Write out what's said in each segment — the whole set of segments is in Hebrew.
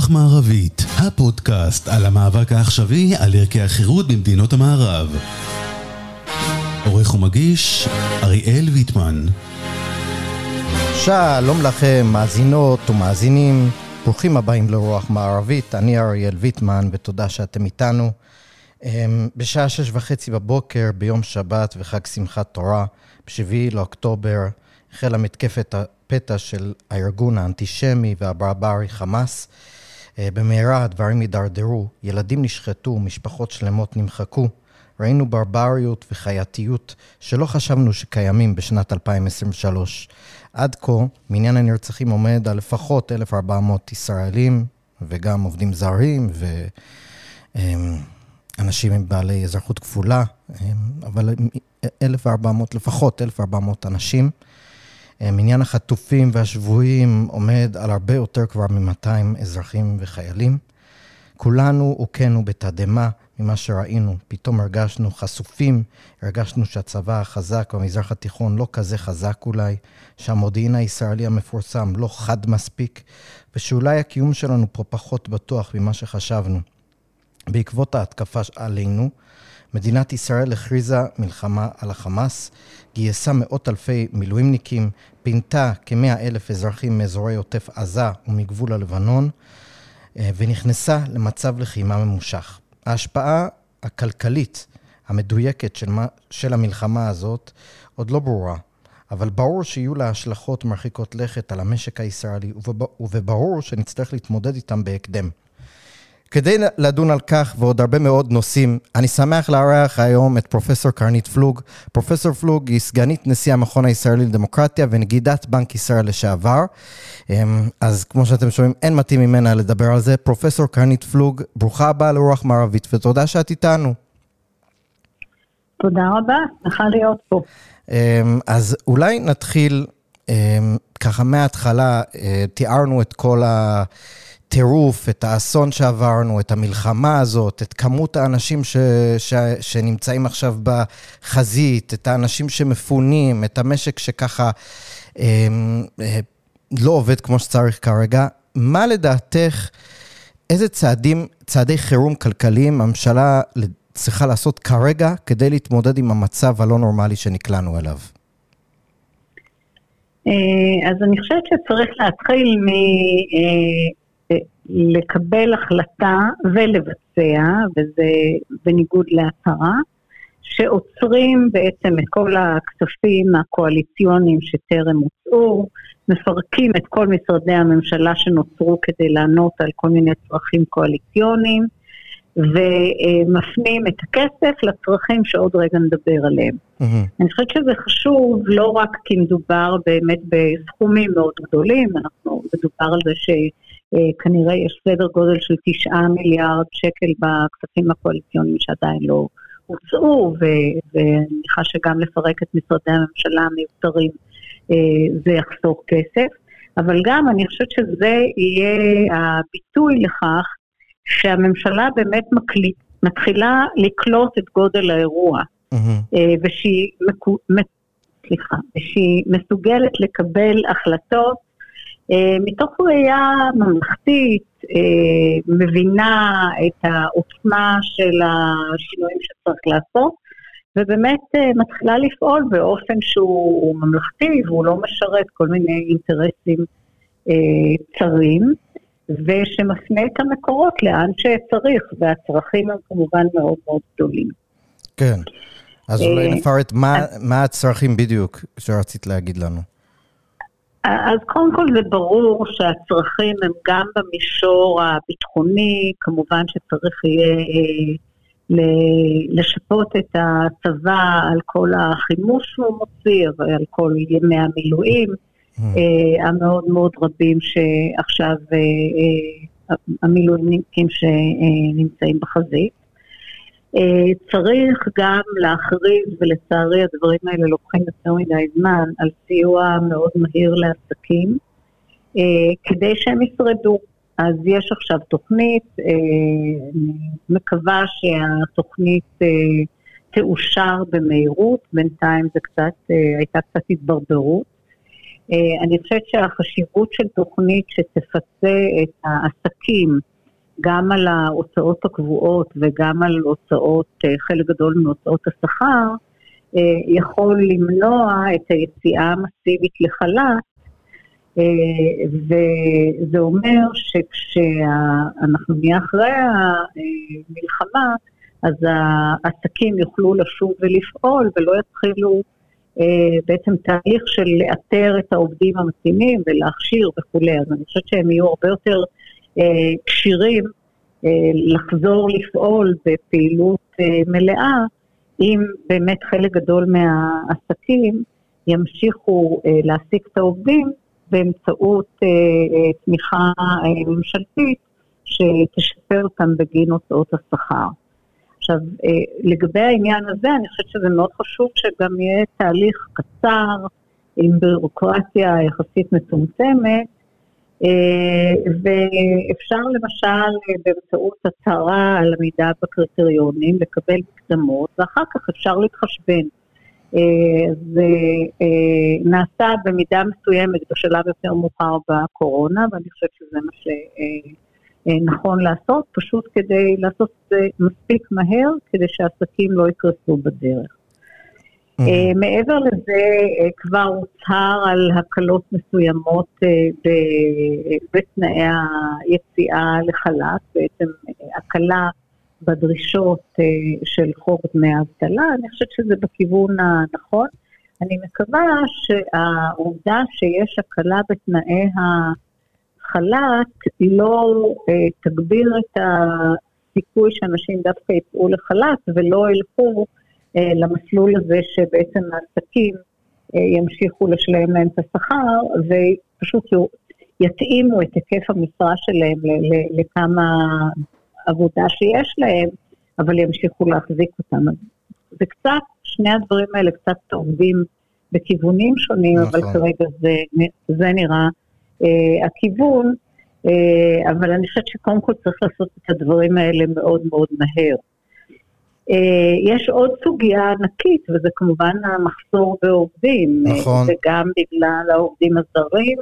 רוח מערבית, הפודקאסט על המאבק העכשווי על ערכי החירות במדינות המערב. עורך ומגיש אריאל ויטמן. שלום לכם מאזינות ומאזינים, ברוכים הבאים לרוח מערבית. אני אריאל ויטמן ותודה שאתם איתנו. בשעה 6:30 בבוקר ביום שבת וחג שמחת תורה, ב7 לאוקטובר, החלה מתקפת הפתע של הארגון האנטישמי והברברי חמאס. במהרה הדברים הידרדרו, ילדים נשחטו, משפחות שלמות נמחקו. ראינו ברבריות וחייתיות שלא חשבנו שקיימים בשנת 2023. עד כה, מניין הנרצחים עומד על לפחות 1,400 ישראלים, וגם עובדים זרים, ואנשים עם בעלי אזרחות כפולה, אבל 1,400, לפחות 1,400 אנשים. מניין החטופים והשבויים עומד על הרבה יותר כבר מ-200 אזרחים וחיילים. כולנו הוקנו בתדהמה ממה שראינו, פתאום הרגשנו חשופים, הרגשנו שהצבא החזק במזרח התיכון לא כזה חזק אולי, שהמודיעין הישראלי המפורסם לא חד מספיק, ושאולי הקיום שלנו פה פחות בטוח ממה שחשבנו. בעקבות ההתקפה עלינו, מדינת ישראל הכריזה מלחמה על החמאס, גייסה מאות אלפי מילואימניקים, פינתה כ100,000 אזרחים מאזורי עוטף עזה ומגבול הלבנון, ונכנסה למצב לחימה ממושך. ההשפעה הכלכלית המדויקת של המלחמה הזאת עוד לא ברורה, אבל ברור שיהיו לה השלכות מרחיקות לכת על המשק הישראלי, וברור שנצטרך להתמודד איתם בהקדם. כדי לדון על כך ועוד הרבה מאוד נושאים, אני שמח לארח היום את פרופסור קרנית פלוג. פרופסור פלוג היא סגנית נשיא המכון הישראלי לדמוקרטיה ונגידת בנק ישראל לשעבר. אז כמו שאתם שומעים, אין מתאים ממנה לדבר על זה. פרופסור קרנית פלוג, ברוכה הבאה לרוח מערבית ותודה שאת איתנו. תודה רבה, שמחה להיות פה. אז אולי נתחיל ככה מההתחלה, תיארנו את כל טירוף, את האסון שעברנו, את המלחמה הזאת, את כמות האנשים שנמצאים עכשיו בחזית, את האנשים שמפונים, את המשק שככה לא עובד כמו שצריך כרגע. מה לדעתך, איזה צעדי חירום כלכליים הממשלה צריכה לעשות כרגע כדי להתמודד עם המצב הלא נורמלי שנקלענו אליו? אז אני חושבת שצריך להתחיל לקבל החלטה ולבצע, וזה בניגוד להצהרה, שעוצרים בעצם את כל הכספים הקואליציוניים שטרם הוצאו, מפרקים את כל משרדי הממשלה שנוצרו כדי לענות על כל מיני צרכים קואליציוניים, ומפנים את הכסף לצרכים שעוד רגע נדבר עליהם. אני חושבת שזה חשוב לא רק כי מדובר באמת בסכומים מאוד גדולים, מדובר על זה כנראה יש סדר גודל של 9 מיליארד שקל בכספים הקואליציוניים שעדיין לא הוצאו, ואני מניחה שגם לפרק את משרדי הממשלה המיותרים זה יחסוך כסף, אבל גם אני חושבת שזה יהיה הביטוי לכך שהממשלה באמת מתחילה לקלוט את גודל האירוע, ושהיא מסוגלת לקבל החלטות מתוך ראייה ממלכתית, מבינה את העוצמה של השינויים שצריך לעשות, ובאמת מתחילה לפעול באופן שהוא ממלכתי, והוא לא משרת כל מיני אינטרסים צרים, ושמפנה את המקורות לאן שצריך, והצרכים הם כמובן מאוד מאוד גדולים. כן, אז אולי נפרט מה הצרכים בדיוק שרצית להגיד לנו. אז קודם כל זה ברור שהצרכים הם גם במישור הביטחוני, כמובן שצריך יהיה לשפות את הצבא על כל החימוש שהוא מוציא, על כל ימי המילואים, המאוד מאוד רבים שעכשיו המילואימניקים שנמצאים בחזית. צריך גם להכריז, ולצערי הדברים האלה לוקחים יותר מדי זמן, על סיוע מאוד מהיר לעסקים, כדי שהם ישרדו. אז יש עכשיו תוכנית, אני מקווה שהתוכנית תאושר במהירות, בינתיים זה הייתה קצת התברברות, אני חושבת שהחשיבות של תוכנית שתפצה את העסקים, גם על ההוצאות הקבועות וגם על הוצאות, חלק גדול מהוצאות השכר, יכול למנוע את היציאה המסיבית לחל"ת, וזה אומר שכשאנחנו נהיה אחרי המלחמה, אז העסקים יוכלו לשוב ולפעול ולא יתחילו בעצם תהליך של לאתר את העובדים המתאימים ולהכשיר וכו'. אז אני חושבת שהם יהיו הרבה יותר קשירים לחזור לפעול בפעילות מלאה, אם באמת חלק גדול מהעסקים ימשיכו להעסיק את העובדים באמצעות תמיכה ממשלתית שתשפר אותם בגין הוצאות השכר. עכשיו, לגבי העניין הזה, אני חושבת שזה מאוד חשוב שגם יהיה תהליך קצר, עם בירוקרטיה יחסית מצומצמת, ואפשר למשל באמצעות הצהרה על עמידה בקריטריונים, לקבל מקדמות, ואחר כך אפשר להתחשבן. זה נעשה במידה מסוימת בשלב יותר מאוחר בקורונה, ואני חושבת שזה מה שנכון לעשות, פשוט כדי לעשות את זה מספיק מהר, כדי שהעסקים לא יקרסו בדרך. מעבר לזה, כבר הוצהר על הקלות מסוימות בתנאי היציאה לחל"ת, בעצם הקלה בדרישות של חוק דמי האבטלה. אני חושבת שזה בכיוון הנכון. אני מקווה שהעובדה שיש הקלה בתנאי החל"ת לא תגביר את הסיכוי שאנשים דווקא יצאו לחל"ת ולא ילכו למסלול הזה שבעצם העסקים ימשיכו לשלם להם את השכר ופשוט יתאימו את היקף המשרה שלהם לכמה עבודה שיש להם, אבל ימשיכו להחזיק אותם. זה קצת, שני הדברים האלה קצת עובדים בכיוונים שונים, אבל כרגע זה נראה הכיוון, אבל אני חושבת שקודם כל צריך לעשות את הדברים האלה מאוד מאוד מהר. יש עוד סוגיה ענקית, וזה כמובן המחסור בעובדים, נכון. וגם בגלל העובדים הזרים,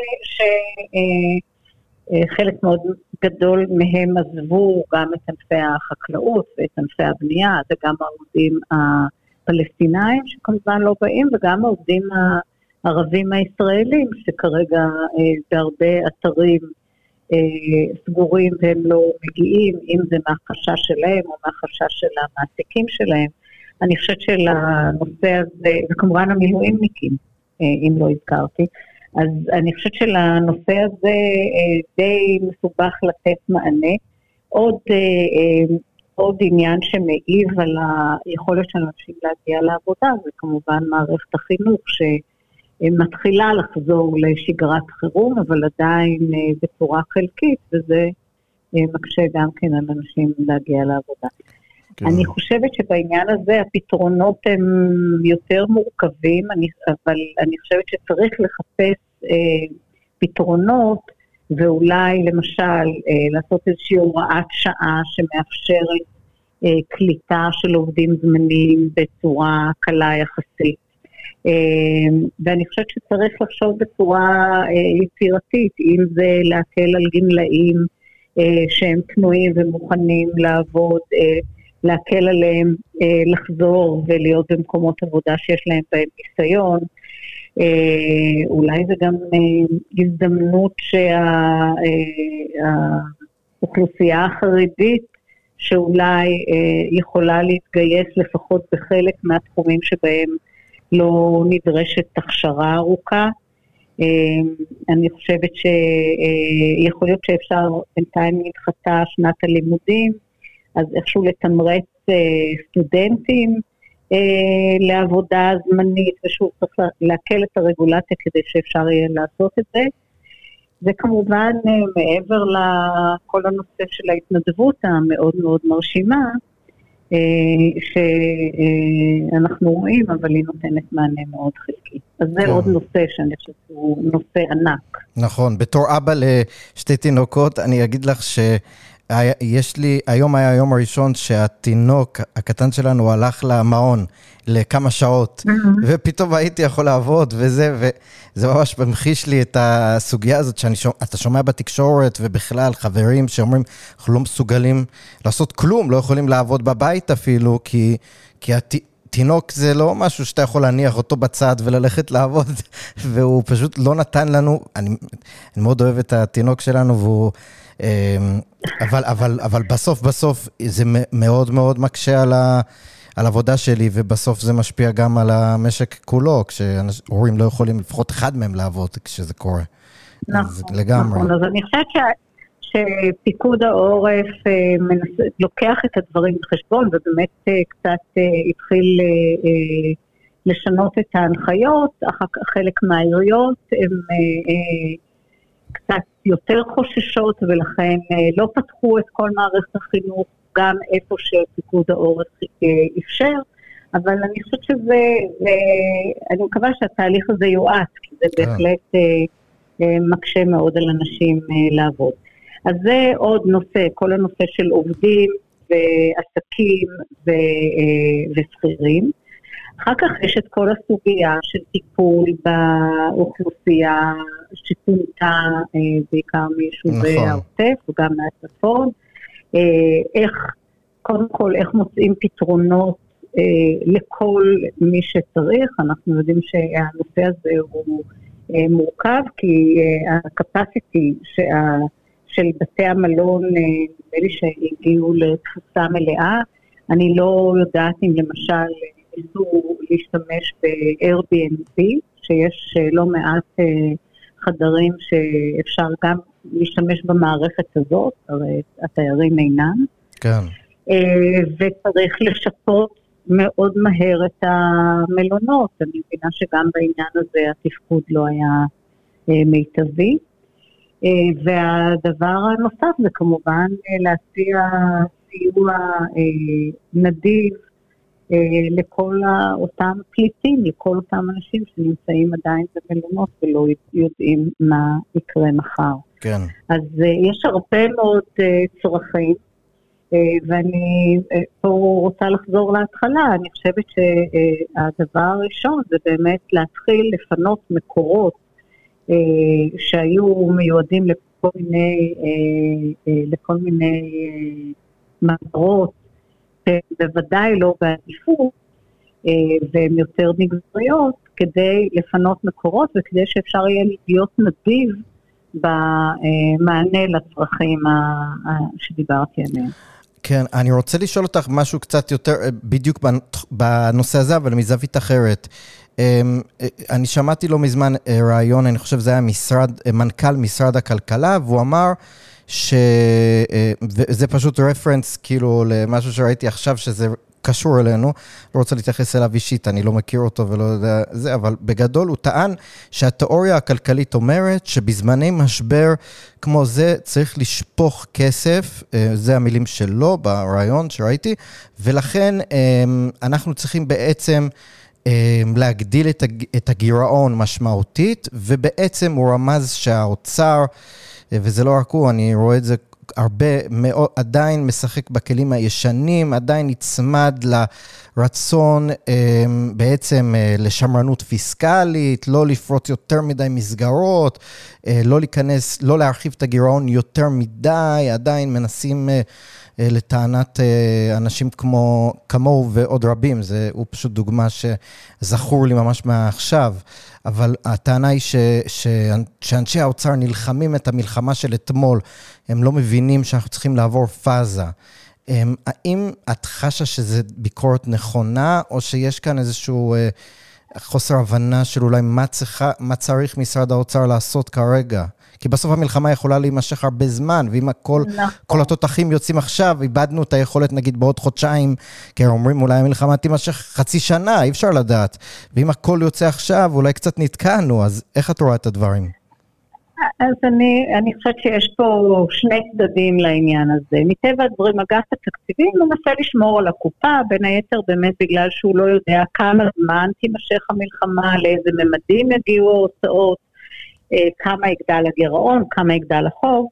שחלק מאוד גדול מהם עזבו גם את ענפי החקלאות ואת ענפי הבנייה, וגם העובדים הפלסטינאים שכמובן לא באים, וגם העובדים הערבים הישראלים, שכרגע בהרבה אתרים סגורים והם לא מגיעים, אם זה מהחשש שלהם או מהחשש של המעסיקים שלהם. אני חושבת שלנושא הזה, וכמובן המילואימניקים, אם לא הזכרתי, אז אני חושבת שלנושא הזה די מסובך לתת מענה. עוד עניין שמעיב על היכולת של אנשים להגיע לעבודה, זה כמובן מערכת החינוך מתחילה לחזור לשגרת חירום, אבל עדיין בצורה חלקית, וזה מקשה גם כן על אנשים להגיע לעבודה. כן. אני חושבת שבעניין הזה הפתרונות הם יותר מורכבים, אבל אני חושבת שצריך לחפש פתרונות, ואולי למשל לעשות איזושהי הוראת שעה שמאפשרת קליטה של עובדים זמניים בצורה קלה יחסית. ואני חושבת שצריך לחשוב בצורה יצירתית, אם זה להקל על גמלאים שהם פנויים ומוכנים לעבוד, להקל עליהם לחזור ולהיות במקומות עבודה שיש להם בהם ניסיון. אולי זה גם הזדמנות שהאוכלוסייה החרדית שאולי יכולה להתגייס לפחות בחלק מהתחומים שבהם לא נדרשת הכשרה ארוכה. אני חושבת שיכול להיות שאפשר בינתיים נדחתה שנת הלימודים, אז איכשהו לתמרץ סטודנטים לעבודה זמנית, ושוב צריך להקל את הרגולציה כדי שאפשר יהיה לעשות את זה. זה כמובן מעבר לכל הנושא של ההתנדבות המאוד מאוד מרשימה, שאנחנו רואים, אבל היא נותנת מענה מאוד חלקי. אז זה עוד נושא שאני חושבת שהוא נושא ענק. נכון, בתור אבא לשתי תינוקות, אני אגיד לך היום היה היום הראשון שהתינוק הקטן שלנו הלך למעון לכמה שעות, ופתאום הייתי יכול לעבוד, וזה ממש ממחיש לי את הסוגיה הזאת, שאתה שומע בתקשורת, ובכלל חברים שאומרים, אנחנו לא מסוגלים לעשות כלום, לא יכולים לעבוד בבית אפילו, כי תינוק זה לא משהו שאתה יכול להניח אותו בצד וללכת לעבוד, והוא פשוט לא נתן לנו, אני מאוד אוהב את התינוק שלנו, והוא, אבל בסוף זה מאוד מאוד מקשה על העבודה שלי, ובסוף זה משפיע גם על המשק כולו, כשהורים לא יכולים לפחות אחד מהם לעבוד כשזה קורה. נכון, לגמרי. נכון, אז אני חושבת שפיקוד העורף לוקח את הדברים בחשבון, ובאמת קצת התחיל לשנות את ההנחיות, אחר כך חלק מהעיריות הם קצת יותר חוששות, ולכן לא פתחו את כל מערכת החינוך, גם איפה שפיקוד העורף אפשר, אבל אני חושבת שזה, אני מקווה שהתהליך הזה יועט, כי זה בהחלט מקשה מאוד על אנשים לעבוד. אז זה עוד נושא, כל הנושא של עובדים ועסקים וסחירים. אחר כך יש את כל הסוגיה של טיפול באוכלוסייה שפונתה בעיקר מיישובי העוטף וגם מהצפון. קודם כל, איך מוצאים פתרונות לכל מי שצריך. אנחנו יודעים שהנושא הזה הוא מורכב, כי הקפסיטי של בתי המלון, נדמה לי שהגיעו לתפוסה מלאה. אני לא יודעת אם למשל ניסו להשתמש ב-Airbnb, שיש לא מעט חדרים שאפשר גם להשתמש במערכת הזאת, הרי התיירים אינם. כן. וצריך לשפות מאוד מהר את המלונות. אני מבינה שגם בעניין הזה התפקוד לא היה מיטבי. והדבר הנוסף זה כמובן להציע סיוע נדיב לכל אותם פליטים, לכל אותם אנשים שנמצאים עדיין במלונות ולא יודעים מה יקרה מחר. כן. אז יש הרבה מאוד צרכים, ואני פה רוצה לחזור להתחלה. אני חושבת שהדבר הראשון זה באמת להתחיל לפנות מקורות שהיו מיועדים לכל מיני מטרות, בוודאי לא בעדיפות, והן יותר מגזריות, כדי לפנות מקורות וכדי שאפשר יהיה להיות נדיב במענה לצרכים שדיברתי עליהם. כן, אני רוצה לשאול אותך משהו קצת יותר בדיוק בנושא הזה, אבל מזווית אחרת. אני שמעתי לא מזמן רעיון, אני חושב זה היה מנכ"ל משרד הכלכלה, והוא אמר שזה פשוט רפרנס כאילו למשהו שראיתי עכשיו שזה קשור אלינו, לא רוצה להתייחס אליו אישית, אני לא מכיר אותו ולא יודע זה, אבל בגדול הוא טען שהתיאוריה הכלכלית אומרת שבזמני משבר כמו זה צריך לשפוך כסף, זה המילים שלו ברעיון שראיתי, ולכן אנחנו צריכים בעצם להגדיל את הגירעון משמעותית, ובעצם הוא רמז שהאוצר, וזה לא רק הוא, אני רואה את זה הרבה מאוד, עדיין משחק בכלים הישנים, עדיין נצמד לרצון בעצם לשמרנות פיסקלית, לא לפרוץ יותר מדי מסגרות, לא להיכנס, לא להרחיב את הגירעון יותר מדי, עדיין מנסים לטענת אנשים כמוהו ועוד רבים, הוא פשוט דוגמה שזכור לי ממש מעכשיו, אבל הטענה היא שאנשי האוצר נלחמים את המלחמה של אתמול, הם לא מבינים שאנחנו צריכים לעבור פאזה. האם את חשה שזה ביקורת נכונה, או שיש כאן איזשהו חוסר הבנה של אולי מה צריך משרד האוצר לעשות כרגע? כי בסוף המלחמה יכולה להימשך הרבה זמן, ואם כל התותחים יוצאים עכשיו, איבדנו את היכולת נגיד בעוד חודשיים, כי אומרים אולי המלחמה תימשך חצי שנה, אי אפשר לדעת. ואם הכל יוצא עכשיו, אולי קצת נתקענו, אז איך את רואה את הדברים? אז אני חושבת שיש פה שני צדדים לעניין הזה. מטבע הדברים, אגף התקציבים מנסה לשמור על הקופה, בין היתר באמת בגלל שהוא לא יודע כמה זמן תימשך המלחמה, לאיזה ממדים יגיעו ההוצאות, כמה יגדל הגירעון, כמה יגדל החוב,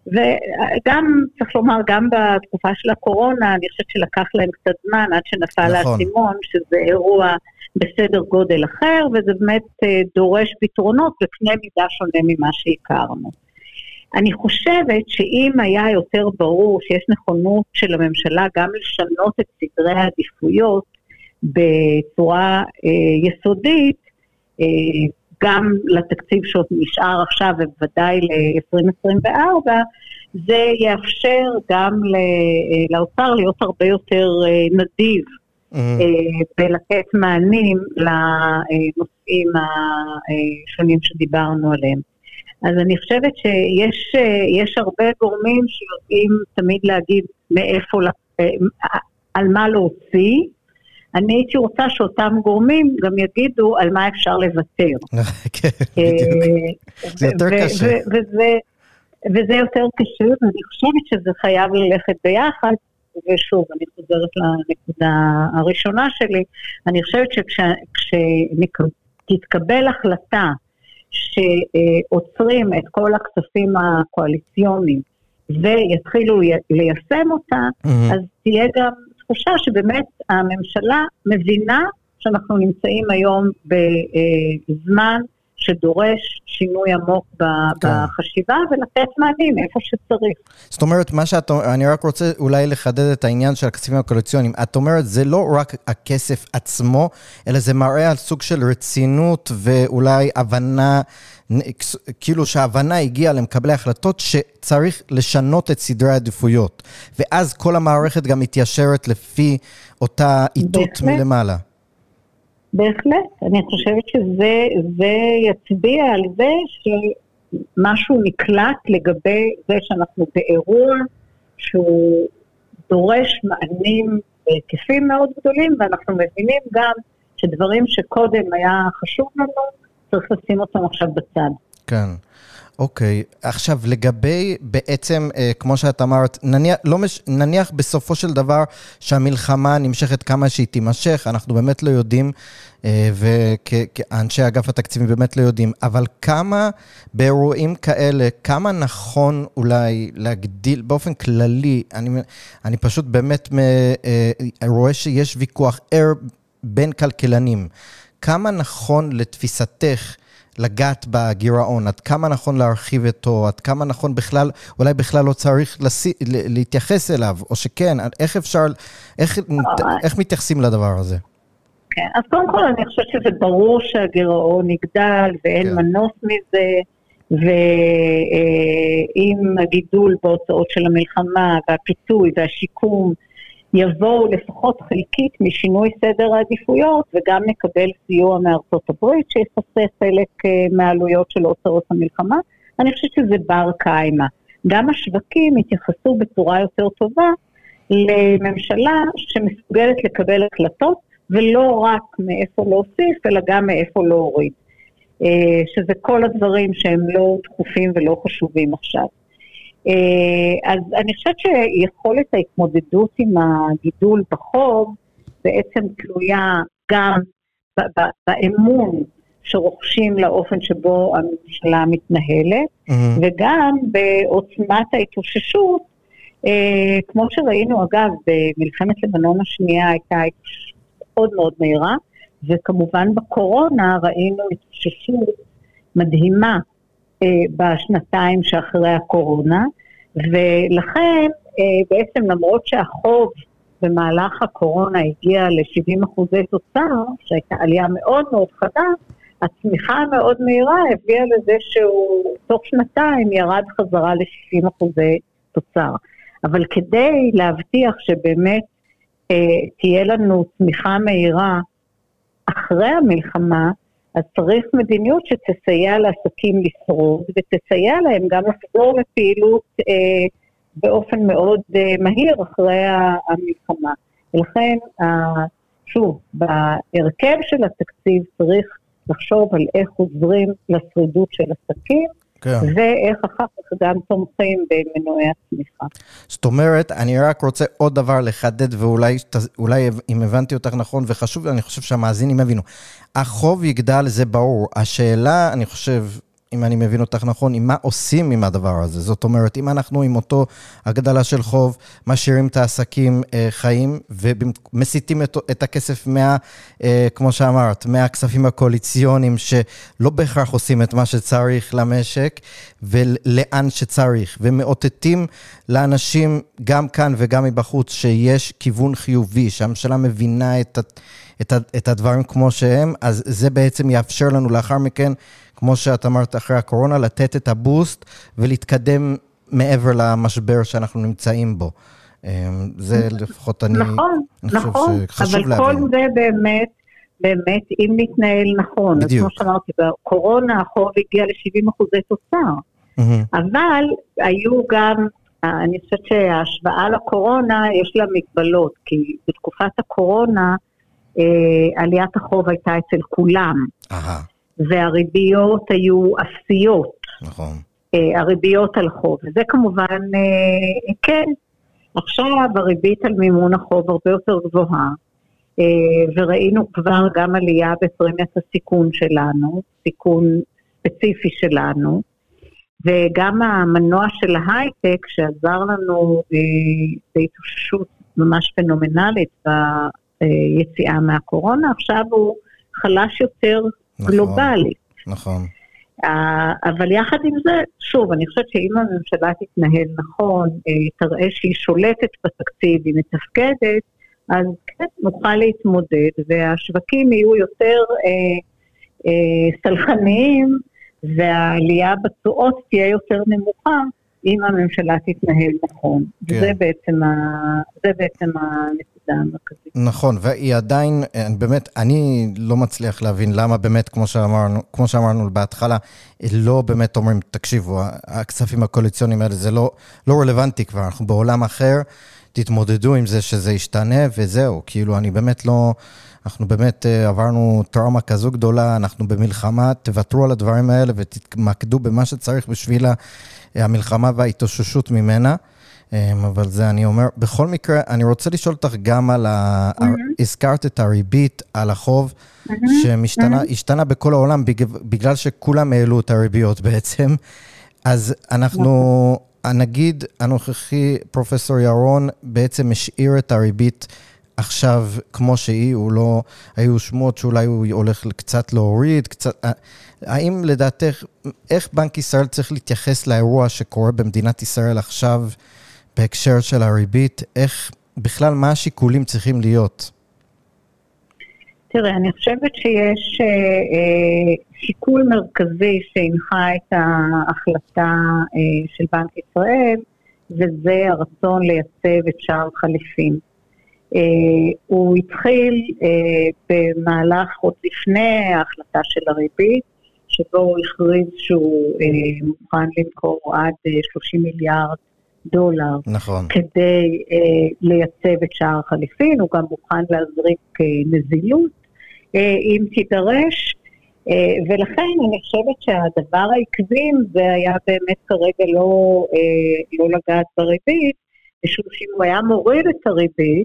וגם, צריך לומר, גם בתקופה של הקורונה, אני חושבת שלקח להם קצת זמן עד שנפל האסימון, שזה אירוע בסדר גודל אחר, וזה באמת דורש פתרונות בקנה מידה שונה ממה שהכרנו. אני חושבת שאם היה יותר ברור שיש נכונות של הממשלה גם לשנות את סדרי העדיפויות בצורה יסודית, גם לתקציב שעוד נשאר עכשיו ובוודאי ל-2024, זה יאפשר גם לאוצר להיות הרבה יותר נדיב ולתת מענים לנושאים השונים שדיברנו עליהם. אז אני חושבת שיש הרבה גורמים שיודעים תמיד להגיד מאיפה, על מה להוציא. אני הייתי רוצה שאותם גורמים גם יגידו על מה אפשר לוותר. כן, בדיוק. זה יותר קשה. וזה יותר קשה, ואני חושבת שזה חייב ללכת ביחד, ושוב, אני חוזרת לנקודה הראשונה שלי, אני חושבת שכשתתקבל החלטה שעוצרים את כל הכספים הקואליציוניים, ויתחילו ליישם אותה, אז תהיה גם תחושה שבאמת הממשלה מבינה שאנחנו נמצאים היום בזמן שדורש שינוי עמוק בחשיבה ולתת מענים איפה שצריך. זאת אומרת, אני רק רוצה אולי לחדד את העניין של הכספים הקואליציוניים. את אומרת, זה לא רק הכסף עצמו, אלא זה מראה על סוג של רצינות ואולי הבנה, כאילו שההבנה הגיעה למקבלי החלטות שצריך לשנות את סדרי העדיפויות. ואז כל המערכת גם מתיישרת לפי אותה איתות מלמעלה. בהחלט, אני חושבת שזה יצביע על זה שמשהו נקלט לגבי זה שאנחנו באירוע שהוא דורש מענים בהיקפים מאוד גדולים, ואנחנו מבינים גם שדברים שקודם היה חשוב לנו, צריך לשים אותם עכשיו בצד. כן. אוקיי, עכשיו לגבי בעצם, כמו שאת אמרת, נניח בסופו של דבר שהמלחמה נמשכת כמה שהיא תימשך, אנחנו באמת לא יודעים, וכאנשי אגף התקציבים באמת לא יודעים, אבל כמה באירועים כאלה, כמה נכון אולי להגדיל באופן כללי, אני פשוט באמת רואה שיש ויכוח בין כלכלנים, כמה נכון לתפיסתך לגעת בגירעון, עד כמה נכון להרחיב אותו, עד כמה נכון בכלל, אולי בכלל לא צריך להתייחס אליו, או שכן, איך מתייחסים לדבר הזה? כן, אז קודם כל אני חושבת שזה ברור שהגירעון יגדל, ואין מנוס מזה, ועם הגידול בהוצאות של המלחמה, והפיצוי והשיקום, יבואו לפחות חלקית משינוי סדר העדיפויות, וגם נקבל סיוע מארצות הברית, שיחסה חלק מהעלויות של הוצאות המלחמה. אני חושבת שזה בר קיימה. גם השווקים התייחסו בצורה יותר טובה לממשלה שמסוגלת לקבל החלטות, ולא רק מאיפה להוסיף, אלא גם מאיפה להוריד. שזה כל הדברים שהם לא דחופים ולא חשובים עכשיו. אז אני חושבת שיכולת ההתמודדות עם הגידול בחוב בעצם תלויה גם באמון שרוכשים לאופן שבו הממשלה מתנהלת, וגם בעוצמת ההתאוששות, כמו שראינו אגב במלחמת לבנון השנייה הייתה מאוד מאוד מהירה, וכמובן בקורונה ראינו התאוששות מדהימה בשנתיים שאחרי הקורונה, ולכן בעצם למרות שהחוב במהלך הקורונה הגיע ל-70% תוצר, שהייתה עלייה מאוד מאוד חדה, הצמיחה המאוד מהירה הביאה לזה שהוא תוך שנתיים ירד חזרה ל-60% תוצר. אבל כדי להבטיח שבאמת תהיה לנו צמיחה מהירה אחרי המלחמה, אז צריך מדיניות שתסייע לעסקים לשרוד, ותסייע להם גם לחזור לפעילות באופן מאוד מהיר אחרי המלחמה. ולכן, שוב, בהרכב של התקציב צריך לחשוב על איך עוזרים לשרידות של עסקים, כן. ואיך אחר כך גם תומכים במנועי הצמיחה. זאת אומרת, אני רק רוצה עוד דבר לחדד, ואולי אם הבנתי אותך נכון וחשוב, אני חושב שהמאזינים הבינו. החוב יגדל, זה ברור. השאלה, אני חושב, אם אני מבין אותך נכון, עם מה עושים עם הדבר הזה. זאת אומרת, אם אנחנו עם אותו הגדלה של חוב, משאירים את העסקים חיים, ומסיתים את הכסף כמו שאמרת, מהכספים הקואליציוניים, שלא בהכרח עושים את מה שצריך למשק, ולאן שצריך, ומאותתים לאנשים, גם כאן וגם מבחוץ, שיש כיוון חיובי, שהממשלה מבינה את הדברים כמו שהם, אז זה בעצם יאפשר לנו לאחר מכן, כמו שאת אמרת אחרי הקורונה, לתת את הבוסט ולהתקדם מעבר למשבר שאנחנו נמצאים בו. זה לפחות אני חושב שחשוב להבין. אבל כל זה באמת, אם נתנהל נכון. בדיוק. אז כמו שאמרתי, בקורונה החוב הגיע ל-70% תוצר. אבל היו גם, אני חושבת שההשוואה לקורונה יש לה מגבלות, כי בתקופת הקורונה, עליית החוב הייתה אצל כולם. והריביות היו אפסיות. נכון. הריביות על חוב. וזה כמובן, כן. עכשיו הריבית על מימון החוב הרבה יותר גבוהה, וראינו כבר גם עלייה בפרמיית הסיכון שלנו, סיכון ספציפי שלנו, וגם המנוע של ההייטק שעזר לנו בהתאוששות ממש פנומנלית ביציאה מהקורונה, עכשיו הוא חלש יותר גלובלי. נכון. אבל יחד עם זה, שוב, אני חושבת שאם הממשלה תתנהל נכון, תראה שהיא שולטת בתקציב, היא מתפקדת, אז כן, נוכל להתמודד, והשווקים יהיו יותר סלחניים, והעלייה בתשואות תהיה יותר נמוכה, אם הממשלה תתנהל נכון. כן. זה בעצם הנקודה המרכזית. נכון, והיא עדיין, באמת, אני לא מצליח להבין למה באמת, כמו שאמרנו בהתחלה, לא באמת אומרים, תקשיבו, הכספים הקואליציוניים האלה, זה לא רלוונטי כבר, אנחנו בעולם אחר, תתמודדו עם זה שזה ישתנה, וזהו, כאילו אני באמת לא, אנחנו באמת עברנו טראומה כזו גדולה, אנחנו במלחמה, תוותרו על הדברים האלה, ותתמקדו במה שצריך בשביל המלחמה וההתאוששות ממנה, אבל זה אני אומר, בכל מקרה, אני רוצה לשאול אותך גם על הזכרת את הריבית על החוב, שהשתנה בכל העולם, בגלל שכולם העלו את הריביות בעצם, אז אנחנו, נגיד, הנוכחי פרופסור ירון, בעצם השאיר את הריבית עכשיו כמו שהיא, הוא לא, היו שמות שאולי הוא הולך קצת להוריד, קצת, האם לדעתך, איך בנק ישראל צריך להתייחס לאירוע שקורה במדינת ישראל עכשיו, בהקשר של הריבית, איך בכלל מה השיקולים צריכים להיות? תראה, אני חושבת שיש שיקול מרכזי שהנחה את ההחלטה של בנק ישראל, וזה הרצון לייצב את שער חליפין. הוא התחיל במהלך עוד לפני ההחלטה של הריבית, שבו הוא הכריז שהוא מוכן למכור עד 30 מיליארד דולר, נכון. כדי לייצב את שער חליפין, הוא גם מוכן להזריק נזילות, אם תידרש, ולכן אני חושבת שהדבר העקבים זה היה באמת כרגע לא לגעת בריבית, משום שאם הוא היה מוריד את הריבית,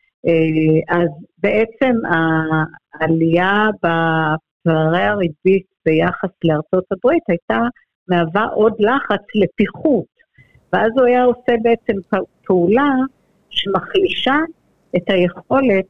אז בעצם העלייה בפערי הריבית ביחס לארצות הברית הייתה מהווה עוד לחץ לפיחות, ואז הוא היה עושה בעצם פעולה שמחלישה את היכולת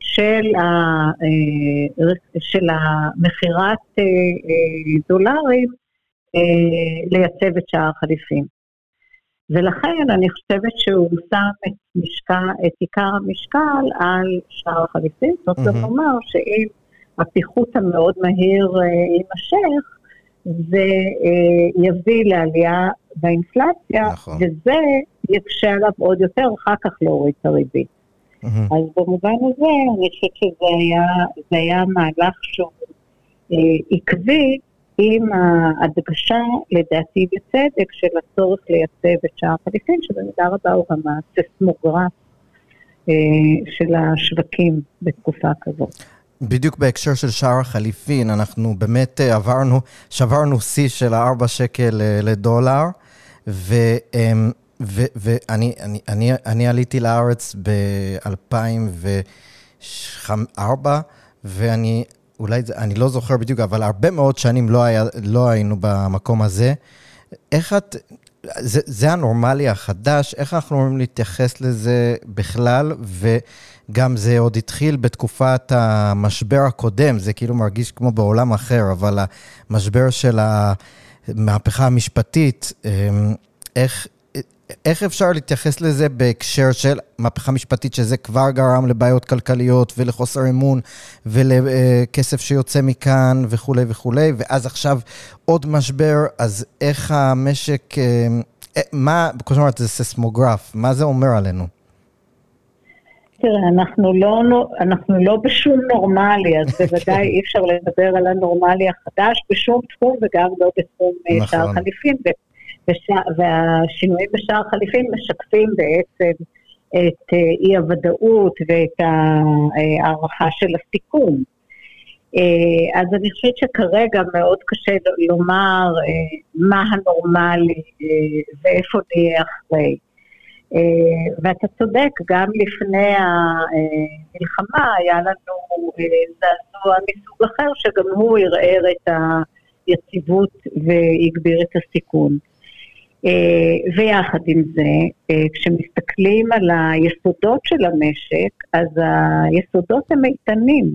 של המחירת דולרים לייצב את שער החליפין. ולכן אני חושבת שהוא שם את עיקר המשקל על שער החליפין, זאת אומרת שאם הפיחות המאוד מהיר יימשך, זה יביא לעלייה באינפלציה, נכון. וזה יקשה עליו עוד יותר, אחר כך להוריד את הריבית. אז במובן הזה, אני חושבת שזה היה מהלך שהוא עקבי, עם ההדגשה, לדעתי בצדק, של הצורך לייצב את שער החליפין, שבמידה רבה הוא גם הסיסמוגרף של השווקים בתקופה כזאת. בדיוק בהקשר של שער החליפין, אנחנו באמת שברנו שיא של 4 שקל לדולר, ואני עליתי לארץ ב-2004, ואני אולי אני לא זוכר בדיוק, אבל הרבה מאוד שנים לא היינו במקום הזה. איך זה הנורמלי החדש, איך אנחנו יכולים להתייחס לזה בכלל, וגם זה עוד התחיל בתקופת המשבר הקודם, זה כאילו מרגיש כמו בעולם אחר, אבל המשבר של המהפכה המשפטית, איך אפשר להתייחס לזה בהקשר של מהפכה משפטית, שזה כבר גרם לבעיות כלכליות ולחוסר אמון ולכסף שיוצא מכאן וכו' וכו', ואז עכשיו עוד משבר, אז איך המשק, כמו שאומרת, זה ססמוגרף, מה זה אומר עלינו? תראה, אנחנו לא בשום נורמלי, אז בוודאי אי אפשר לדבר על הנורמלי החדש בשום תחום, וגם לא בתחום שער חליפין, והשינויים בשער חליפין משקפים בעצם את אי הוודאות ואת הערכה של הסיכון. אז אני חושבת שכרגע מאוד קשה לומר מה הנורמלי ואיפה נהיה אחרי. ואתה צודק, גם לפני המלחמה היה לנו זעזוע מסוג אחר, שגם הוא ערער את היציבות והגביר את הסיכון. ויחד עם זה, כשמסתכלים על היסודות של המשק, אז היסודות הם איתנים.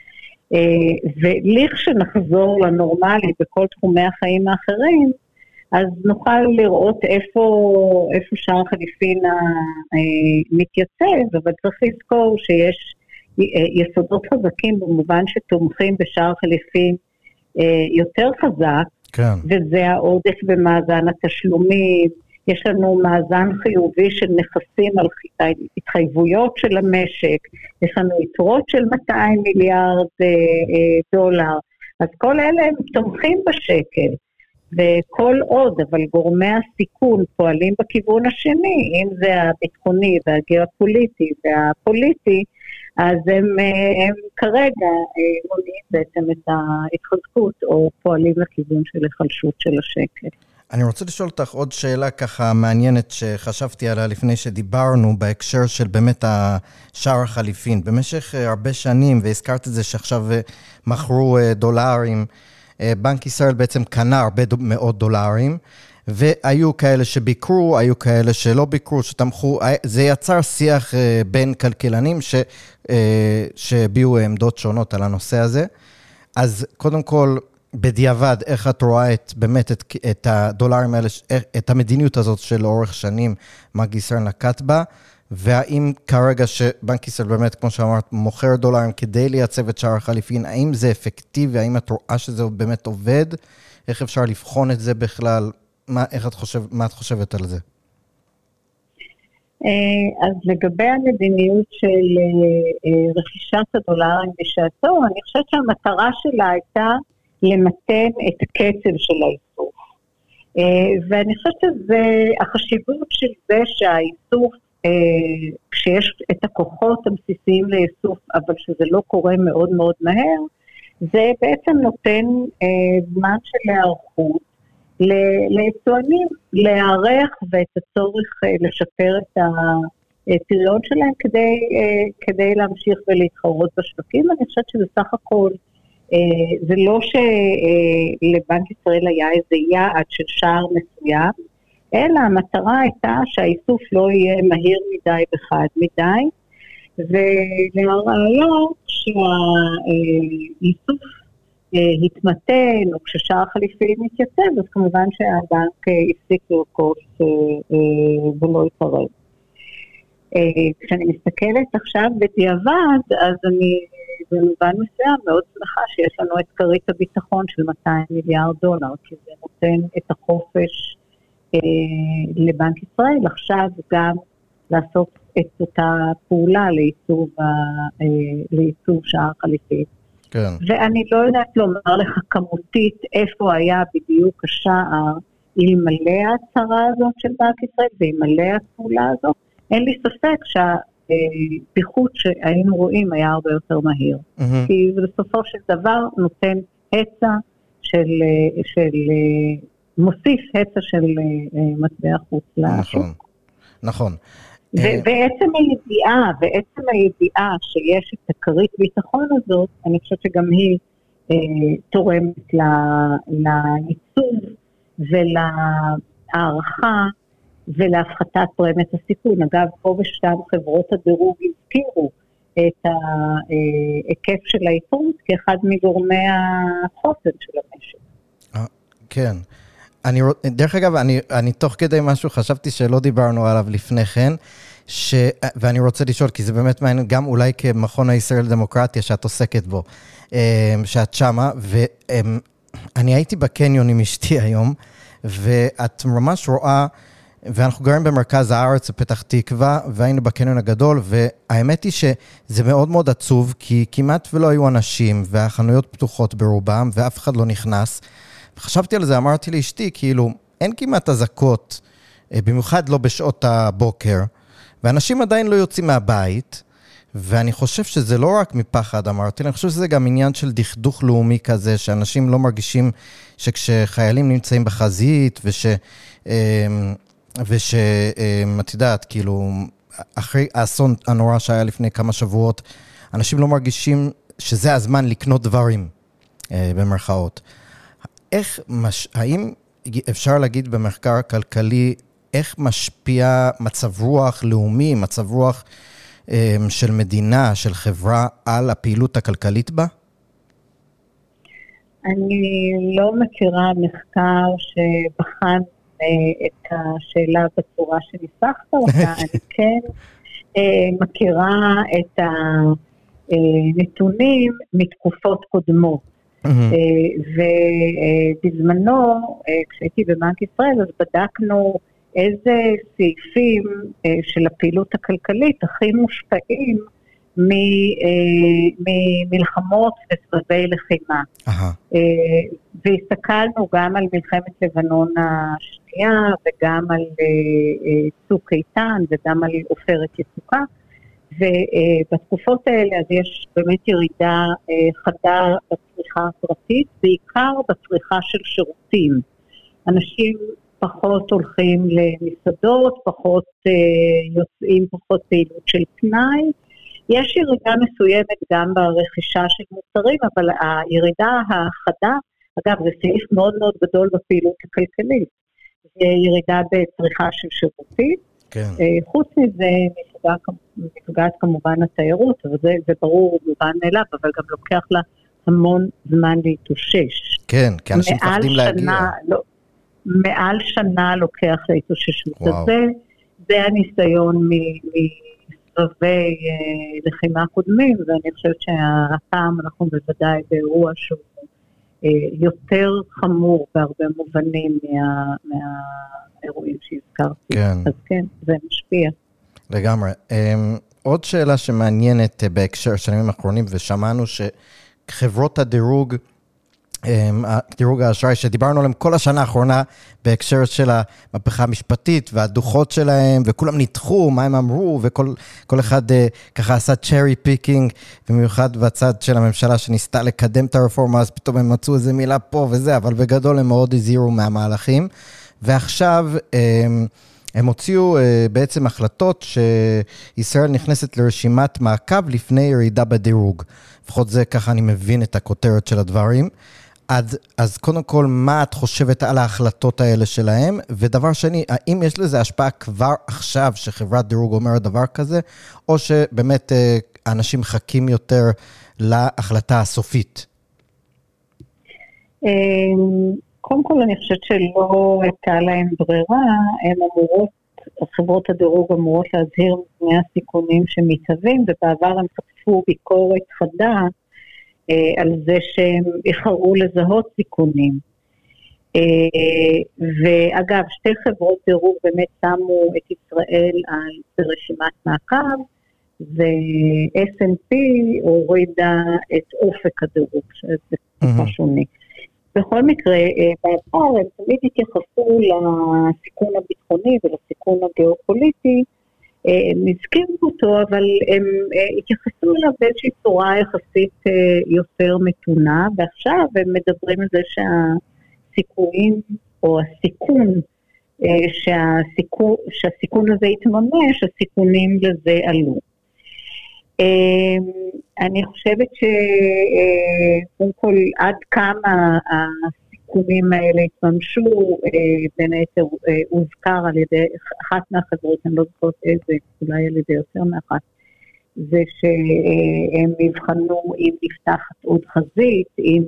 ולכשנחזור לנורמלי בכל תחומי החיים האחרים, אז נוכל לראות איפה שער חליפין מתייצב, אבל צריך לזכור שיש יסודות חזקים במובן שתומכים בשער חליפין יותר חזק, כן. וזה העודף במאזן התשלומים, יש לנו מאזן חיובי של נכסים על התחייבויות של המשק, יש לנו יתרות של 200 מיליארד דולר, אז כל אלה הם תומכים בשקל, וכל עוד, אבל גורמי הסיכון פועלים בכיוון השני, אם זה הביטחוני והגיאופוליטי והפוליטי, אז הם כרגע מונעים בעצם את ההתחזקות או פועלים לכיוון של החלשות של השקל. אני רוצה לשאול אותך עוד שאלה ככה מעניינת שחשבתי עליה לפני שדיברנו בהקשר של באמת השער החליפין. במשך הרבה שנים, והזכרת את זה שעכשיו מכרו דולרים, בנק ישראל בעצם קנה הרבה מאוד דולרים, והיו כאלה שביקרו, היו כאלה שלא ביקרו, שתמכו, זה יצר שיח בין כלכלנים שהביאו עמדות שונות על הנושא הזה. אז קודם כל, בדיעבד, איך את רואה באמת את הדולרים האלה, את המדיניות הזאת של אורך שנים, בנק ישראל נקט בה, והאם כרגע שבנק ישראל באמת, כמו שאמרת, מוכר דולרים כדי לייצב את שער החליפין, האם זה אפקטיבי, האם את רואה שזה באמת עובד, איך אפשר לבחון את זה בכלל, מה את חושבת על זה? אז לגבי המדיניות של רכישת הדולרים בשעתו, אני חושבת שהמטרה שלה הייתה למתן את הקצב של האיסוף. ואני חושבת שהחשיבות של זה שהאיסוף, כשיש את הכוחות הבסיסיים לאיסוף, אבל שזה לא קורה מאוד מאוד מהר, זה בעצם נותן זמן של הערכות ליצואנים להיערך ואת הצורך לשפר את הפריון שלהם כדי להמשיך ולהתחרות בשווקים. אני חושבת שזה סך הכל, זה לא שלבנק ישראל היה איזה יעד של שער מסוים, אלא המטרה הייתה שהאיסוף לא יהיה מהיר מדי וחד מדי, ולרעיון שהאיסוף התמתן, או כששער חליפין מתייצב, אז כמובן שהבנק הפסיק לרכוש ולא יתערב. כשאני מסתכלת עכשיו בדיעבד, אז אני במובן מסוים מאוד שמחה שיש לנו את כרית הביטחון של 200 מיליארד דולר, כי זה נותן את החופש לבנק ישראל, עכשיו גם לעשות את אותה פעולה לעיצוב שער חליפין. כן. ואני לא יודעת לומר לך כמותית איפה היה בדיוק השער, אלמלא ההצהרה הזאת של בנק ישראל ואלמלא הפעולה הזאת, אין לי ספק שהפיחות שהיינו רואים היה הרבה יותר מהיר. כי בסופו של דבר נותן היצע מוסיף היצע של מטבע חוץ לשוק. נכון. ועצם הידיעה שיש את הכרית ביטחון הזאת, אני חושבת שגם היא תורמת לייצוב ולהערכה ולהפחתת פרמיית הסיכון. אגב, פה ושם חברות הדירוג הזכירו את ההיקף של היתרות כאחד מגורמי החוסן של המשק. כן. דרך אגב, אני תוך כדי משהו חשבתי שלא דיברנו עליו לפני כן, ואני רוצה לשאול, כי זה באמת מעניין, גם אולי כמכון הישראל לדמוקרטיה שאת עוסקת בו, שאת שמה, ואני הייתי בקניון עם אשתי היום, ואת ממש רואה, ואנחנו גרים במרכז הארץ, בפתח תקווה, והיינו בקניון הגדול, והאמת היא שזה מאוד מאוד עצוב, כי כמעט ולא היו אנשים, והחנויות פתוחות ברובם, ואף אחד לא נכנס. חשבתי על זה, אמרתי לאשתי, כאילו, אין כמעט אזעקות, במיוחד לא בשעות הבוקר, ואנשים עדיין לא יוצאים מהבית, ואני חושב שזה לא רק מפחד, אמרתי, אני חושב שזה גם עניין של דכדוך לאומי כזה, שאנשים לא מרגישים שכשחיילים נמצאים בחזית, את יודעת, כאילו, אחרי האסון הנורא שהיה לפני כמה שבועות, אנשים לא מרגישים שזה הזמן לקנות דברים, במרכאות. האם אפשר להגיד במחקר כלכלי, איך משפיע מצב רוח לאומי, מצב רוח של מדינה, של חברה, על הפעילות הכלכלית בה? אני לא מכירה מחקר שבחן את השאלה בצורה שניסחת אותה, אני כן מכירה את הנתונים מתקופות קודמות. ובזמנו, כשהייתי בבנק ישראל, אז בדקנו איזה סעיפים של הפעילות הכלכלית הכי מושפעים ממלחמות וסבבי לחימה. והסתכלנו גם על מלחמת לבנון השנייה, וגם על צוק איתן, וגם על עופרת יצוקה, ובתקופות האלה אז יש באמת ירידה חדה בצריכה הפרטית, בעיקר בצריכה של שירותים. אנשים פחות הולכים למסעדות, פחות יוצאים, פחות פעילות של פנאי. יש ירידה מסוימת גם ברכישה של מוצרים, אבל הירידה החדה, אגב זה סעיף מאוד מאוד גדול בפעילות הכלכלית, זה ירידה בצריכה של שירותים. כן. חוץ מזה נפגעת כמובן התיירות, אבל זה ברור מובן מאליו, אבל גם לוקח לה המון זמן להתאושש. כן, כי אנשים מפחדים להגיע. מעל שנה לוקח להתאוששות. זה הניסיון מסבבי לחימה קודמים, ואני חושבת שהפעם אנחנו בוודאי באירוע שהוא יותר חמור בהרבה מובנים מהאירועים שהזכרתי. כן. אז כן, זה משפיע. לגמרי. עוד שאלה שמעניינת בהקשר של הימים האחרונים, ושמענו שחברות הדירוג, דירוג האשראי שדיברנו עליהם כל השנה האחרונה בהקשר של המהפכה המשפטית והדוחות שלהם, וכולם ניתחו מה הם אמרו, וכל אחד ככה עשה צ'רי פיקינג, במיוחד בצד של הממשלה שניסתה לקדם את הרפורמה, אז פתאום הם מצאו איזה מילה פה וזה, אבל בגדול הם מאוד הזהירו מהמהלכים, ועכשיו הם הוציאו בעצם החלטות שישראל נכנסת לרשימת מעקב לפני ירידה בדירוג. לפחות זה ככה אני מבין את הכותרת של הדברים. אז קודם כל, מה את חושבת על ההחלטות האלה שלהם? ודבר שני, האם יש לזה השפעה כבר עכשיו שחברת דירוג אומרת דבר כזה, או שבאמת אנשים מחכים יותר להחלטה הסופית? קודם כל אני חושבת שלא הייתה להם ברירה, חברות הדירוג אמורות להזהיר מפני הסיכונים שמתהווים, ובעבר הם חטפו ביקורת חדה על זה שהם איחרו לזהות סיכונים. ואגב, שתי חברות דירוג באמת שמו את ישראל ברשימת מעקב, ו-S&P הורידה את אופק הדירוג, שזה טיפה שונה. בכל מקרה, בעבר הם תמיד התייחסו לסיכון הביטחוני ולסיכון הגיאופוליטי, הם הזכירו אותו, אבל הם התייחסו אליו באיזושהי צורה יחסית יותר מתונה, ועכשיו הם מדברים על זה שהסיכויים, או הסיכון, שהסיכון הזה יתממש, הסיכונים לזה עלו. אני חושבת שקודם כל עד כמה הסיכונים האלה התממשו, בין היתר הוזכר על ידי אחת מהחברות, אני לא זוכרת איזה, אולי על ידי יותר מאחת, זה שהם יבחנו אם נפתחת עוד חזית, אם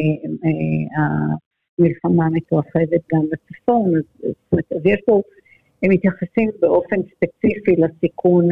המלחמה מתרחבת גם בצפון, אז יש פה, הם מתייחסים באופן ספציפי לסיכון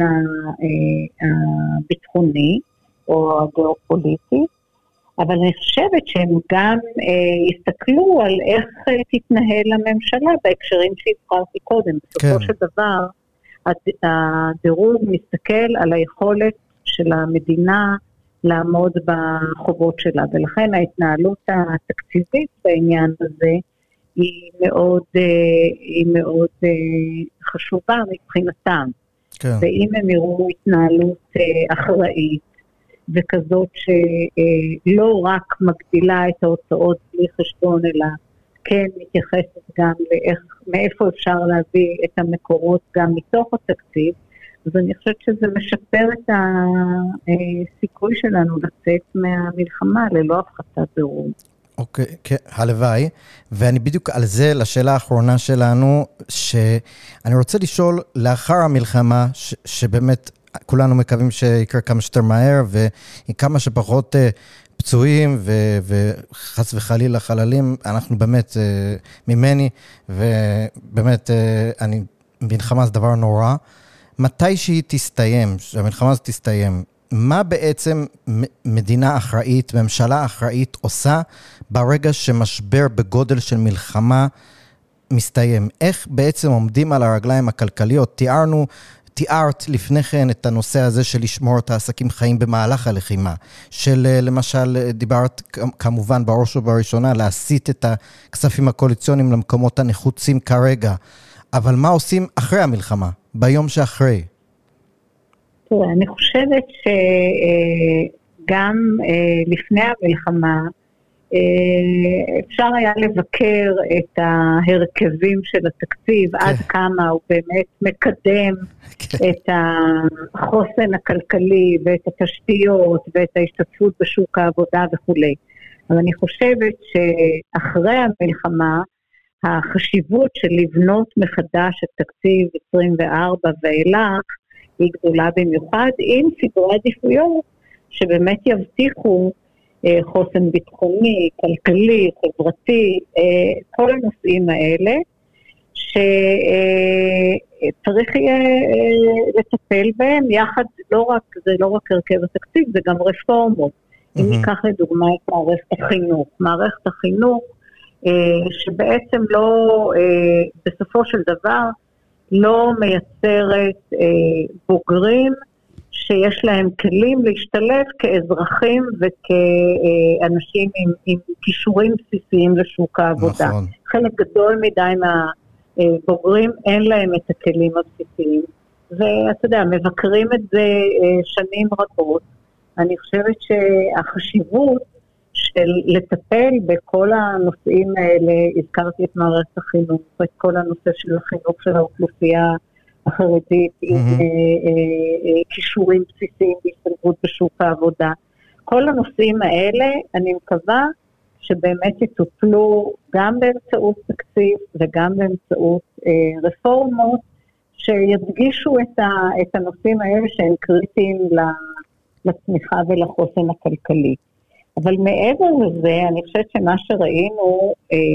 הביטחוני או הגיאופוליטי, אבל אני חושבת שהם גם יסתכלו על איך תתנהל הממשלה בהקשרים שהזכרתי קודם. בסופו של דבר, הדירוג מסתכל על היכולת של המדינה לעמוד בחובות שלה, ולכן ההתנהלות התקציבית בעניין הזה היא מאוד חשובה מבחינתם. כן. ואם הם יראו התנהלות אחראית, וכזאת שלא רק מגדילה את ההוצאות בלי חשבון, אלא כן מתייחסת גם מאיפה אפשר להביא את המקורות גם מתוך התקציב, אז אני חושבת שזה משפר את הסיכוי שלנו לצאת מהמלחמה ללא הפחתת דירוג. אוקיי, כן, הלוואי, ואני בדיוק על זה, לשאלה האחרונה שלנו, שאני רוצה לשאול, לאחר המלחמה, שבאמת כולנו מקווים שיקרה כמה שיותר מהר, וכמה שפחות פצועים, וחס וחלילה חללים, אנחנו באמת ממני, ובאמת, מלחמה זה דבר נורא. מתי שהיא תסתיים, שהמלחמה הזאת תסתיים, מה בעצם מדינה אחראית, ממשלה אחראית עושה ברגע שמשבר בגודל של מלחמה מסתיים? איך בעצם עומדים על הרגליים הכלכליות? תיארת לפני כן את הנושא הזה של לשמור את העסקים חיים במהלך הלחימה, של למשל דיברת כמובן בראש ובראשונה להסיט את הכספים הקואליציוניים למקומות הנחוצים כרגע, אבל מה עושים אחרי המלחמה, ביום שאחרי? תראה, אני חושבת שגם לפני המלחמה אפשר היה לבקר את ההרכבים של התקציב, עד כמה הוא באמת מקדם את החוסן הכלכלי ואת התשתיות ואת ההשתתפות בשוק העבודה וכו'. אבל אני חושבת שאחרי המלחמה, החשיבות של לבנות מחדש את תקציב 24 ואילך, היא גדולה במיוחד, עם סדרי עדיפויות שבאמת יבטיחו חוסן ביטחוני, כלכלי, חברתי, כל הנושאים האלה, שצריך יהיה לטפל בהם, יחד, זה לא רק הרכב התקציב, זה גם רפורמות. אם ניקח לדוגמה את מערכת החינוך, שבעצם לא, בסופו של דבר, לא מייצרת בוגרים שיש להם כלים להשתלב כאזרחים וכאנשים עם כישורים בסיסיים לשוק העבודה. נכון. חלק גדול מדי מהבוגרים אין להם את הכלים הבסיסיים. ואתה יודע, מבקרים את זה שנים רבות. אני חושבת שהחשיבות של לטפל בכל הנושאים האלה, הזכרתי את מערכת החינוך, את כל הנושא של החינוך של האוכלוסייה החרדית, עם כישורים בסיסיים בהשתלבות בשוק העבודה. כל הנושאים האלה, אני מקווה שבאמת יטופלו גם באמצעות תקציב וגם באמצעות רפורמות, שידגישו את הנושאים האלה שהם קריטיים לצמיחה ולחוסן הכלכלי. אבל מעבר לזה, אני חושבת שמה שראינו,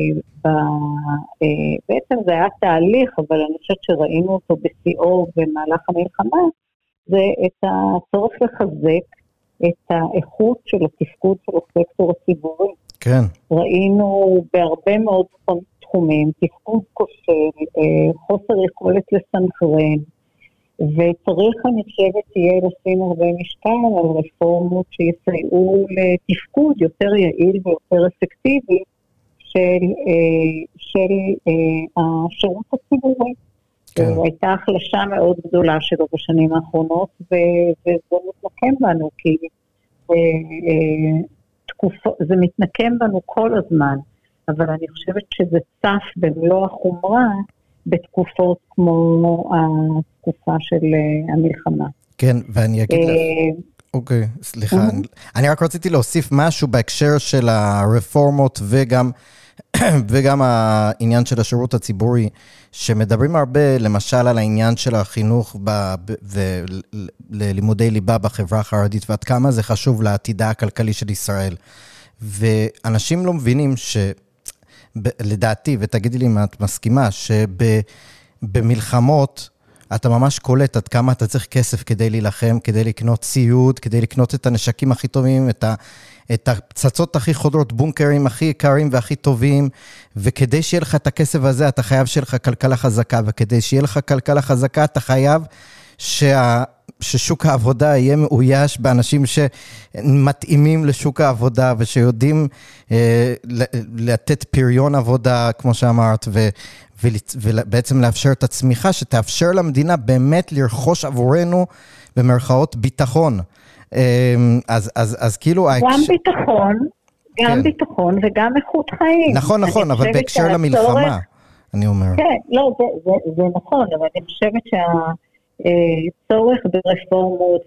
בעצם זה היה תהליך, אבל אני חושבת שראינו אותו בשיאו במהלך המלחמה, זה את הצורך לחזק את האיכות של התפקוד של הסקטור הציבורי. כן. ראינו בהרבה מאוד תחומים, תפקוד כושל, חוסר יכולת לסנכרן, וצריך, אני חושבת, תהיה לשים הרבה משקל על רפורמות שיסייעו לתפקוד יותר יעיל ויותר אפקטיבי של השירות הציבורי. כן. הייתה החלשה מאוד גדולה שלו בשנים האחרונות, וזה מתנקם בנו, כי זה מתנקם בנו כל הזמן, אבל אני חושבת שזה צף במלוא החומרה, בתקופות כמו התקופה של המלחמה. כן, ואני אגיד לך, אוקיי, סליחה. אני רק רציתי להוסיף משהו בהקשר של הרפורמות וגם העניין של השירות הציבורי, שמדברים הרבה, למשל, על העניין של החינוך ללימודי ליבה בחברה החרדית, ועד כמה זה חשוב לעתידה הכלכלי של ישראל. ואנשים לא מבינים לדעתי, ותגידי לי מה את מסכימה, שבמלחמות אתה ממש קולט עד כמה אתה צריך כסף כדי להילחם, כדי לקנות ציוד, כדי לקנות את הנשקים הכי טובים, את הפצצות הכי חודרות, בונקרים הכי יקרים והכי טובים, וכדי שיהיה לך את הכסף הזה, אתה חייב שיהיה לך כלכלה חזקה, וכדי שיהיה לך כלכלה חזקה, אתה חייב ששוק העבודה יהיה מאויש באנשים שמתאימים לשוק העבודה, ושיודעים לתת פריון עבודה, כמו שאמרת, ובעצם לאפשר את הצמיחה, שתאפשר למדינה באמת לרכוש עבורנו, במרכאות ביטחון. אז כאילו... גם ביטחון וגם איכות חיים. נכון, אבל בהקשר למלחמה, אני אומר. כן, לא, זה נכון, אבל אני חושבת שהצורך ברפורמות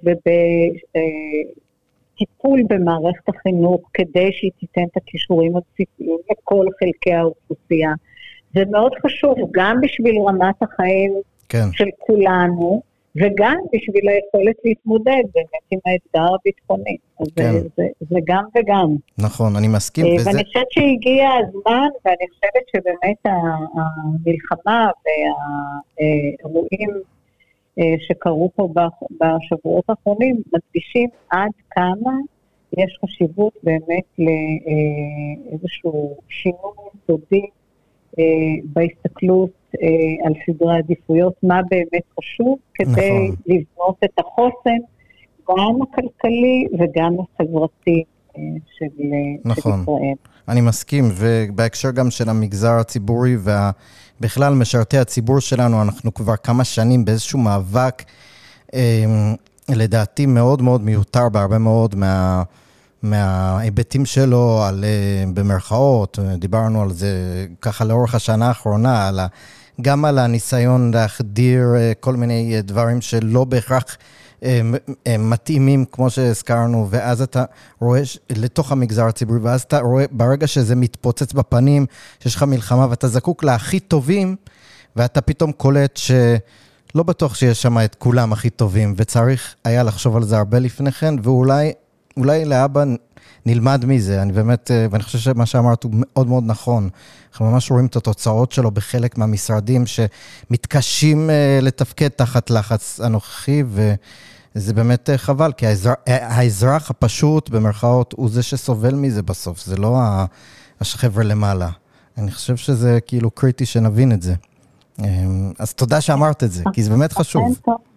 ובטיפול במערכת החינוך, כדי שהיא תיתן את הכישורים הבסיסיים לכל חלקי האוכלוסייה, זה מאוד חשוב, גם בשביל רמת החיים של כולנו, וגם בשביל היכולת להתמודד באמת עם האתגר הביטחוני. אז זה גם וגם. נכון, אני מסכים. ואני חושבת שהגיע הזמן, ואני חושבת שבאמת המלחמה והאירועים שקרו פה בשבועות האחרונים, מדגישים עד כמה יש חשיבות באמת לאיזשהו שינוי יסודי, בהסתכלות על סדרי עדיפויות, מה באמת חשוב, כדי לבנות את החוסן, גם הכלכלי וגם החברתי של ישראל. אני מסכים, ובהקשר גם של המגזר הציבורי, ובכלל משרתי הציבור שלנו, אנחנו כבר כמה שנים באיזשהו מאבק, לדעתי מאוד מאוד מיותר, בהרבה מאוד מההיבטים שלו, במרכאות, דיברנו על זה ככה לאורך השנה האחרונה, גם על הניסיון להחדיר כל מיני דברים שלא בהכרח מתאימים, כמו שהזכרנו, ואז אתה רואה לתוך המגזר הציבורי, ואז אתה רואה ברגע שזה מתפוצץ בפנים, שיש לך מלחמה ואתה זקוק להכי טובים, ואתה פתאום קולט שלא בטוח שיש שם את כולם הכי טובים, וצריך היה לחשוב על זה הרבה לפני כן, אולי לאבא נלמד מזה, ואני חושב שמה שאמרת הוא מאוד מאוד נכון. אנחנו ממש רואים את התוצאות שלו בחלק מהמשרדים שמתקשים לתפקד תחת לחץ הנוכחי, וזה באמת חבל, כי האזרח הפשוט במרכאות הוא זה שסובל מזה בסוף, זה לא החבר'ה למעלה. אני חושב שזה כאילו קריטי שנבין את זה. אז תודה שאמרת את זה, כי זה באמת חשוב.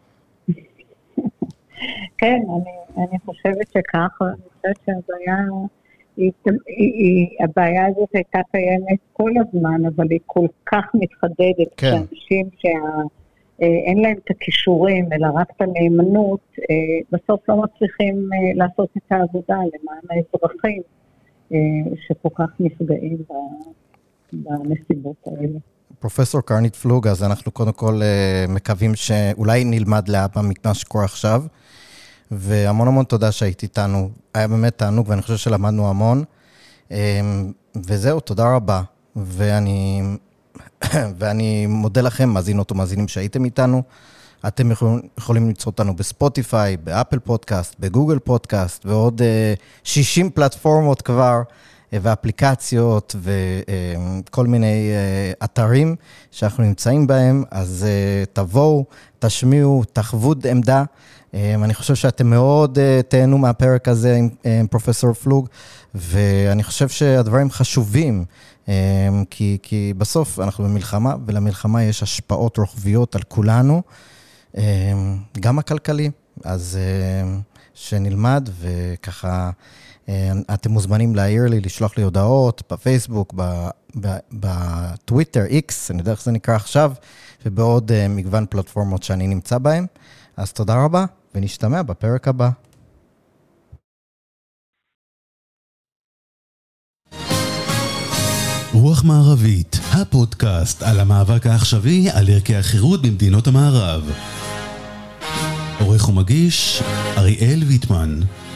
כן, אני חושבת שככה, אני חושבת שהבעיה הזאת הייתה קיימת כל הזמן, אבל היא כל כך מתחדדת, שאנשים שאין להם את הכישורים, אלא רק את הנאמנות, בסוף לא מצליחים לעשות את העבודה למען האזרחים, שכל כך נפגעים בנסיבות האלה. פרופסור קרנית פלוג, אז אנחנו קודם כל מקווים שאולי נלמד לאבא מה שקורה עכשיו, והמון המון תודה שהיית איתנו, היה באמת תענוג ואני חושב שלמדנו המון, וזהו, תודה רבה, ואני מודה לכם, מאזינות ומאזינים שהייתם איתנו, אתם יכולים למצוא אותנו בספוטיפיי, באפל פודקאסט, בגוגל פודקאסט, ועוד 60 פלטפורמות כבר, ואפליקציות וכל מיני אתרים שאנחנו נמצאים בהם, אז תבואו, תשמיעו, תחוו עמדה. אני חושב שאתם מאוד תהנו מהפרק הזה עם פרופסור פלוג, ואני חושב שהדברים חשובים, כי בסוף אנחנו במלחמה, ולמלחמה יש השפעות רוחביות על כולנו, גם הכלכלי, אז שנלמד וככה, אתם מוזמנים להעיר לי, לשלוח לי הודעות בפייסבוק, בטוויטר, איקס, אני יודע איך זה נקרא עכשיו, ובעוד מגוון פלטפורמות שאני נמצא בהן. אז תודה רבה, ונשתמע בפרק הבא. רוח מערבית, הפודקאסט על המאבק העכשווי על ערכי החירות במדינות המערב. עורך ומגיש אריאל ויטמן.